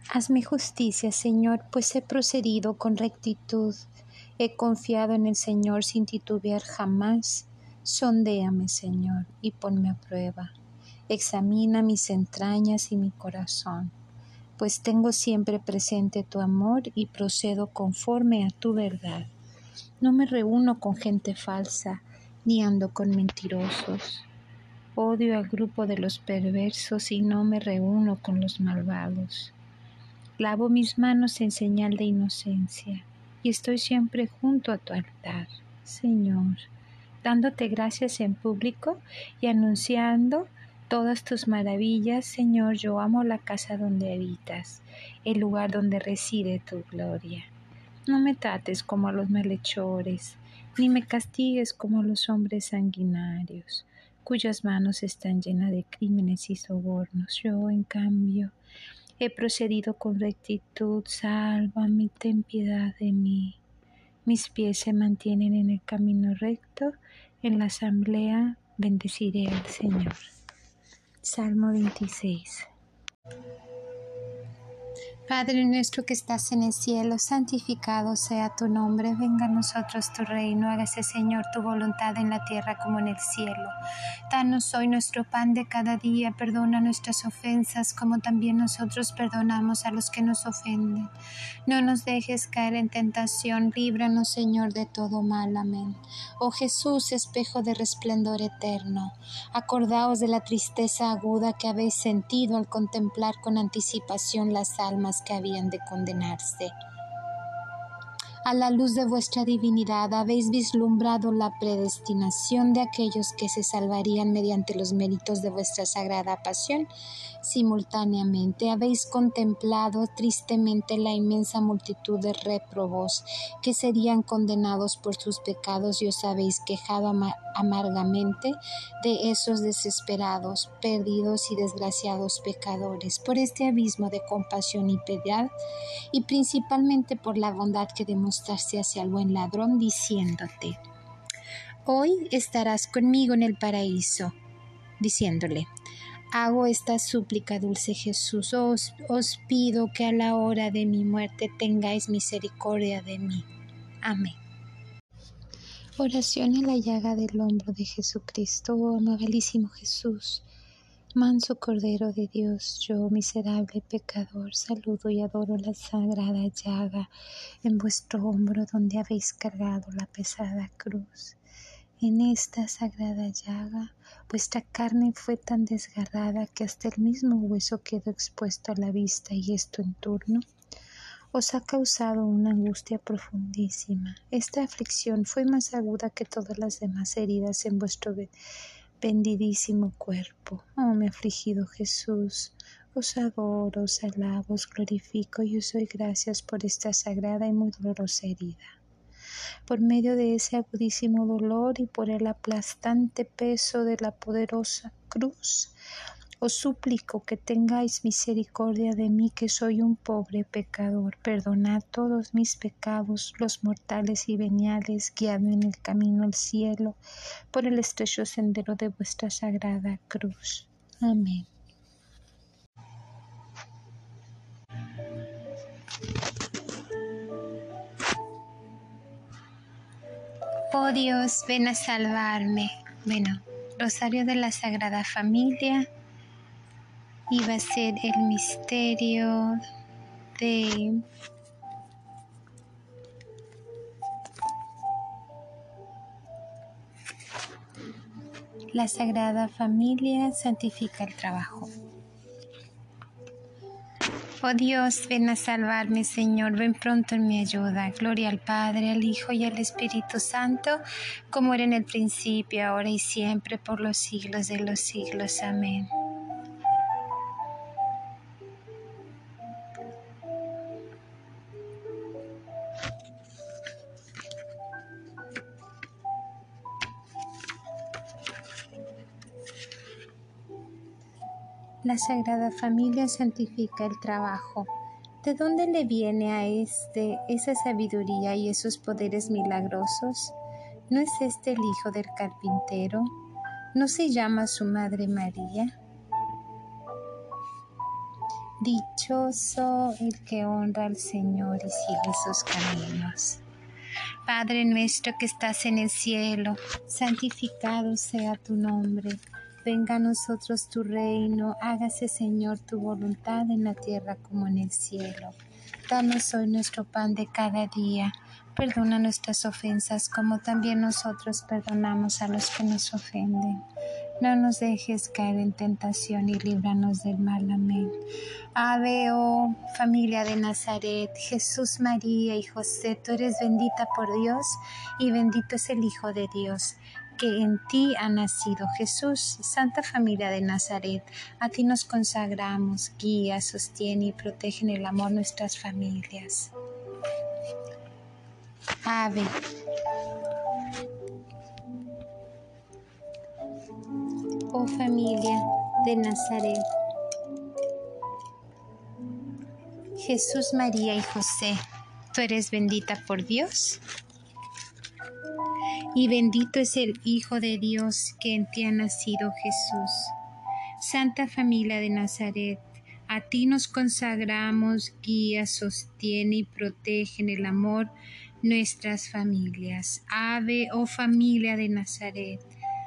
Hazme justicia, Señor, pues he procedido con rectitud. He confiado en el Señor sin titubear jamás. Sondéame, Señor, y ponme a prueba. Examina mis entrañas y mi corazón, pues tengo siempre presente tu amor y procedo conforme a tu verdad. No me reúno con gente falsa, ni ando con mentirosos. Odio al grupo de los perversos y no me reúno con los malvados. Lavo mis manos en señal de inocencia y estoy siempre junto a tu altar, Señor, dándote gracias en público y anunciando todas tus maravillas. Señor, yo amo la casa donde habitas, el lugar donde reside tu gloria. No me trates como a los malhechores, ni me castigues como a los hombres sanguinarios, cuyas manos están llenas de crímenes y sobornos. Yo, en cambio, he procedido con rectitud. Sálvame, ten piedad de mí. Mis pies se mantienen en el camino recto. En la asamblea bendeciré al Señor. Salmo 26. Padre nuestro que estás en el cielo, santificado sea tu nombre. Venga a nosotros tu reino. Hágase, Señor, tu voluntad en la tierra como en el cielo. Danos hoy nuestro pan de cada día. Perdona nuestras ofensas, como también nosotros perdonamos a los que nos ofenden. No nos dejes caer en tentación. Líbranos, Señor, de todo mal. Amén. Oh Jesús, espejo de resplendor eterno, acordaos de la tristeza aguda que habéis sentido al contemplar con anticipación las almas que habían de condenarse. A la luz de vuestra divinidad habéis vislumbrado la predestinación de aquellos que se salvarían mediante los méritos de vuestra sagrada pasión. Simultáneamente habéis contemplado tristemente la inmensa multitud de réprobos que serían condenados por sus pecados y os habéis quejado amargamente de esos desesperados, perdidos y desgraciados pecadores. Por este abismo de compasión y piedad, y principalmente por la bondad que demostraste hacia el buen ladrón, diciéndote: hoy estarás conmigo en el paraíso, diciéndole: hago esta súplica, dulce Jesús, os pido que a la hora de mi muerte tengáis misericordia de mí. Amén. Oración en la llaga del hombro de Jesucristo. Oh amabilísimo Jesús, manso Cordero de Dios, yo, miserable pecador, saludo y adoro la sagrada llaga en vuestro hombro donde habéis cargado la pesada cruz. En esta sagrada llaga, vuestra carne fue tan desgarrada que hasta el mismo hueso quedó expuesto a la vista, y esto en turno os ha causado una angustia profundísima. Esta aflicción fue más aguda que todas las demás heridas en vuestro bendidísimo cuerpo. Oh, mi afligido Jesús, os adoro, os alabo, os glorifico y os doy gracias por esta sagrada y muy dolorosa herida. Por medio de ese agudísimo dolor y por el aplastante peso de la poderosa cruz, os suplico que tengáis misericordia de mí, que soy un pobre pecador. Perdonad todos mis pecados, los mortales y veniales, guiadme en el camino al cielo, por el estrecho sendero de vuestra sagrada cruz. Amén. Oh Dios, ven a salvarme. Bueno, Rosario de la Sagrada Familia iba a ser el misterio de la Sagrada Familia santifica el trabajo. Oh Dios, ven a salvarme, Señor, ven pronto en mi ayuda. Gloria al Padre, al Hijo y al Espíritu Santo, como era en el principio, ahora y siempre, por los siglos de los siglos. Amén. La Sagrada Familia santifica el trabajo. ¿De dónde le viene a esa sabiduría y esos poderes milagrosos? ¿No es este el hijo del carpintero? ¿No se llama su madre María? Dichoso el que honra al Señor y sigue sus caminos. Padre nuestro que estás en el cielo, santificado sea tu nombre. Venga a nosotros tu reino, hágase Señor tu voluntad en la tierra como en el cielo. Danos hoy nuestro pan de cada día. Perdona nuestras ofensas como también nosotros perdonamos a los que nos ofenden. No nos dejes caer en tentación y líbranos del mal. Amén. Ave, oh familia de Nazaret, Jesús, María y José, tú eres bendita por Dios y bendito es el Hijo de Dios, que en ti ha nacido Jesús. Santa familia de Nazaret, a ti nos consagramos, guía, sostiene y protege en el amor nuestras familias. Ave, oh familia de Nazaret, Jesús, María y José, tú eres bendita por Dios y bendito es el Hijo de Dios que en ti ha nacido Jesús. Santa familia de Nazaret, a ti nos consagramos, guía, sostiene y protege en el amor nuestras familias. Ave, oh familia de Nazaret,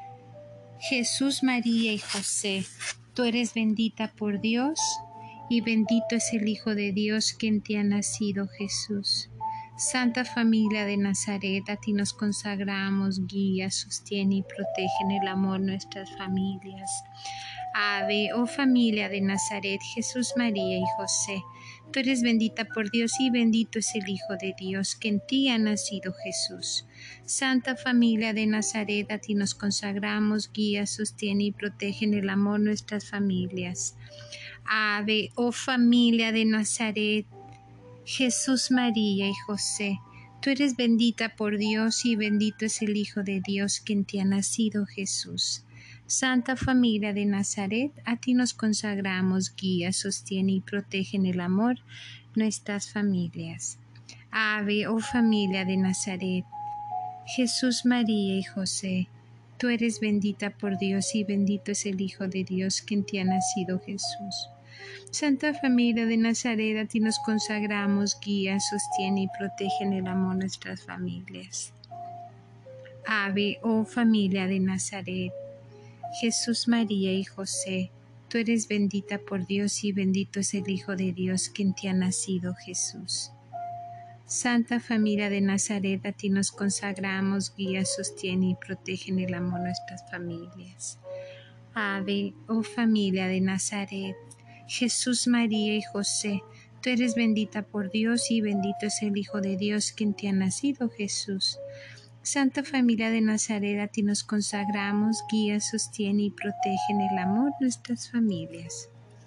Jesús, María y José, tú eres bendita por Dios y bendito es el Hijo de Dios que en ti ha nacido Jesús. Santa familia de Nazaret, a ti nos consagramos, guía, sostiene y protege en el amor nuestras familias. Ave, oh familia de Nazaret, Jesús, María y José, tú eres bendita por Dios y bendito es el Hijo de Dios que en ti ha nacido Jesús. Santa familia de Nazaret, a ti nos consagramos, guía, sostiene y protege en el amor nuestras familias. Ave, oh familia de Nazaret, Jesús, María y José, tú eres bendita por Dios y bendito es el Hijo de Dios que en ti ha nacido Jesús. Santa familia de Nazaret, a ti nos consagramos, guía, sostiene y protege en el amor nuestras familias. Ave, oh familia de Nazaret, Jesús, María y José, tú eres bendita por Dios y bendito es el Hijo de Dios que en ti ha nacido Jesús. Santa familia de Nazaret, a ti nos consagramos, guía, sostiene y protege en el amor nuestras familias. Ave, oh familia de Nazaret, Jesús, María y José, tú eres bendita por Dios y bendito es el Hijo de Dios que en ti ha nacido Jesús. Santa familia de Nazaret, a ti nos consagramos, guía, sostiene y protege en el amor nuestras familias. Ave, oh familia de Nazaret, Jesús, María y José, tú eres bendita por Dios y bendito es el Hijo de Dios que en ti ha nacido Jesús. Santa familia de Nazaret, a ti nos consagramos, guía, sostiene y protege en el amor nuestras familias.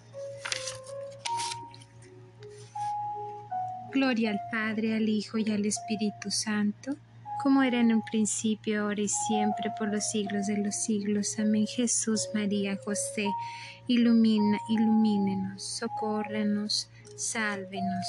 Gloria al Padre, al Hijo y al Espíritu Santo, como era en un principio, ahora y siempre, por los siglos de los siglos. Amén. Jesús, María, José, ilumínenos, socórrenos, sálvenos.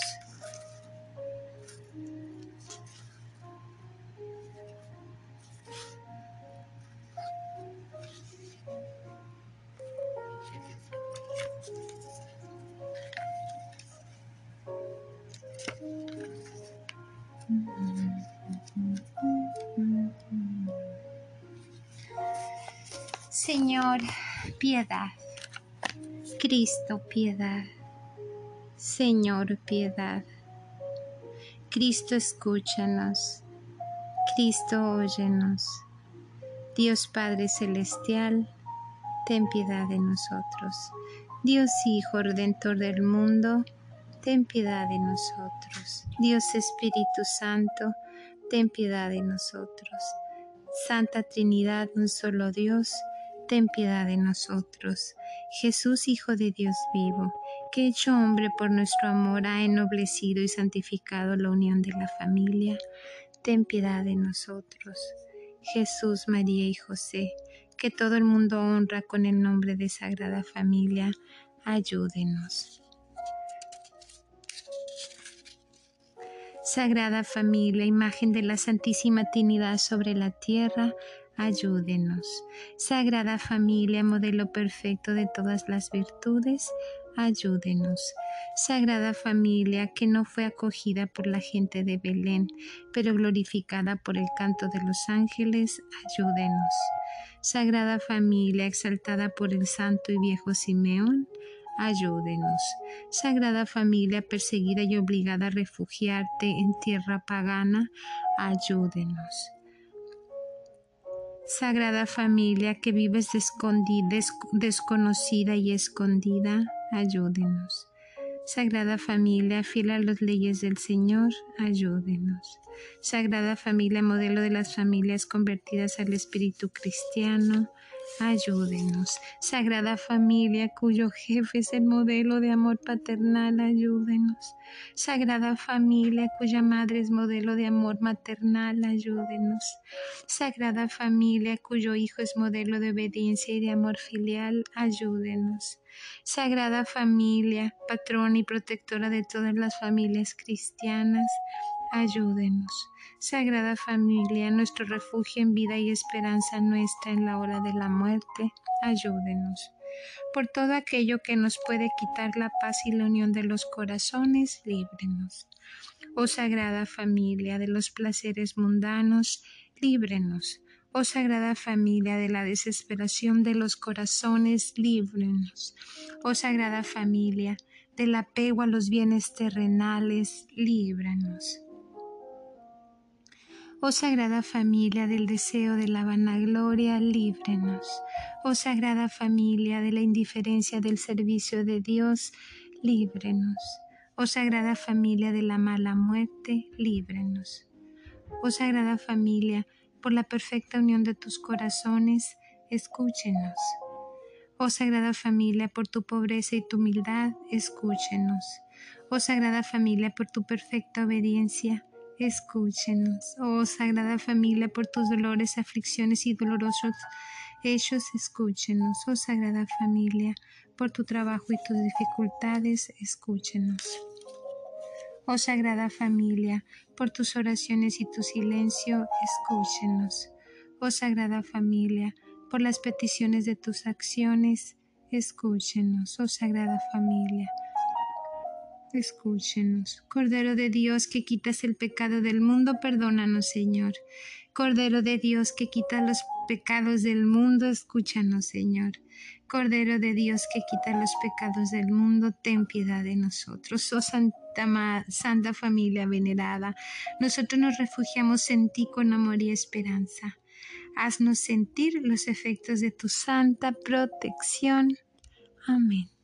Señor, piedad. Cristo, piedad. Señor, piedad. Cristo, escúchanos. Cristo, óyenos. Dios Padre Celestial, ten piedad de nosotros. Dios Hijo Redentor del mundo, ten piedad de nosotros. Dios Espíritu Santo, ten piedad de nosotros. Santa Trinidad, un solo Dios, ten piedad de nosotros. Jesús, Hijo de Dios vivo, que hecho hombre por nuestro amor ha ennoblecido y santificado la unión de la familia, ten piedad de nosotros. Jesús, María y José, que todo el mundo honra con el nombre de Sagrada Familia, ayúdenos. Sagrada Familia, imagen de la Santísima Trinidad sobre la tierra, ayúdenos. Sagrada Familia, modelo perfecto de todas las virtudes, ayúdenos. Sagrada Familia, que no fue acogida por la gente de Belén, pero glorificada por el canto de los ángeles, ayúdenos. Sagrada Familia, exaltada por el santo y viejo Simeón, ayúdenos. Sagrada Familia, perseguida y obligada a refugiarte en tierra pagana, ayúdenos. Sagrada Familia, que vives desconocida y escondida, ayúdenos. Sagrada Familia, fiel a las leyes del Señor, ayúdenos. Sagrada Familia, modelo de las familias convertidas al espíritu cristiano, ayúdenos. Sagrada Familia, cuyo jefe es el modelo de amor paternal, ayúdenos. Sagrada Familia, cuya madre es modelo de amor maternal, ayúdenos. Sagrada Familia, cuyo hijo es modelo de obediencia y de amor filial, ayúdenos. Sagrada Familia, patrona y protectora de todas las familias cristianas, ayúdenos. Sagrada Familia, nuestro refugio en vida y esperanza nuestra en la hora de la muerte, ayúdenos. Por todo aquello que nos puede quitar la paz y la unión de los corazones, líbrenos. Oh Sagrada Familia, de los placeres mundanos, líbrenos. Oh Sagrada Familia, de la desesperación de los corazones, líbrenos. Oh Sagrada Familia, del apego a los bienes terrenales, líbranos. Oh Sagrada Familia, del deseo de la vanagloria, líbrenos. Oh Sagrada Familia, de la indiferencia del servicio de Dios, líbrenos. Oh Sagrada Familia, de la mala muerte, líbrenos. Oh Sagrada Familia, por la perfecta unión de tus corazones, escúchenos. Oh Sagrada Familia, por tu pobreza y tu humildad, escúchenos. Oh Sagrada Familia, por tu perfecta obediencia, escúchenos. Oh Sagrada Familia, por tus dolores, aflicciones y dolorosos hechos, escúchenos. Oh Sagrada Familia, por tu trabajo y tus dificultades, escúchenos. Oh Sagrada Familia, por tus oraciones y tu silencio, escúchenos. Oh Sagrada Familia, por las peticiones de tus acciones, escúchenos. Oh Sagrada Familia, escúchenos. Cordero de Dios, que quitas el pecado del mundo, perdónanos, Señor. Cordero de Dios, que quitas los pecados del mundo, escúchanos, Señor. Cordero de Dios, que quita los pecados del mundo, ten piedad de nosotros. Oh Santa Familia venerada, nosotros nos refugiamos en ti con amor y esperanza. Haznos sentir los efectos de tu santa protección. Amén.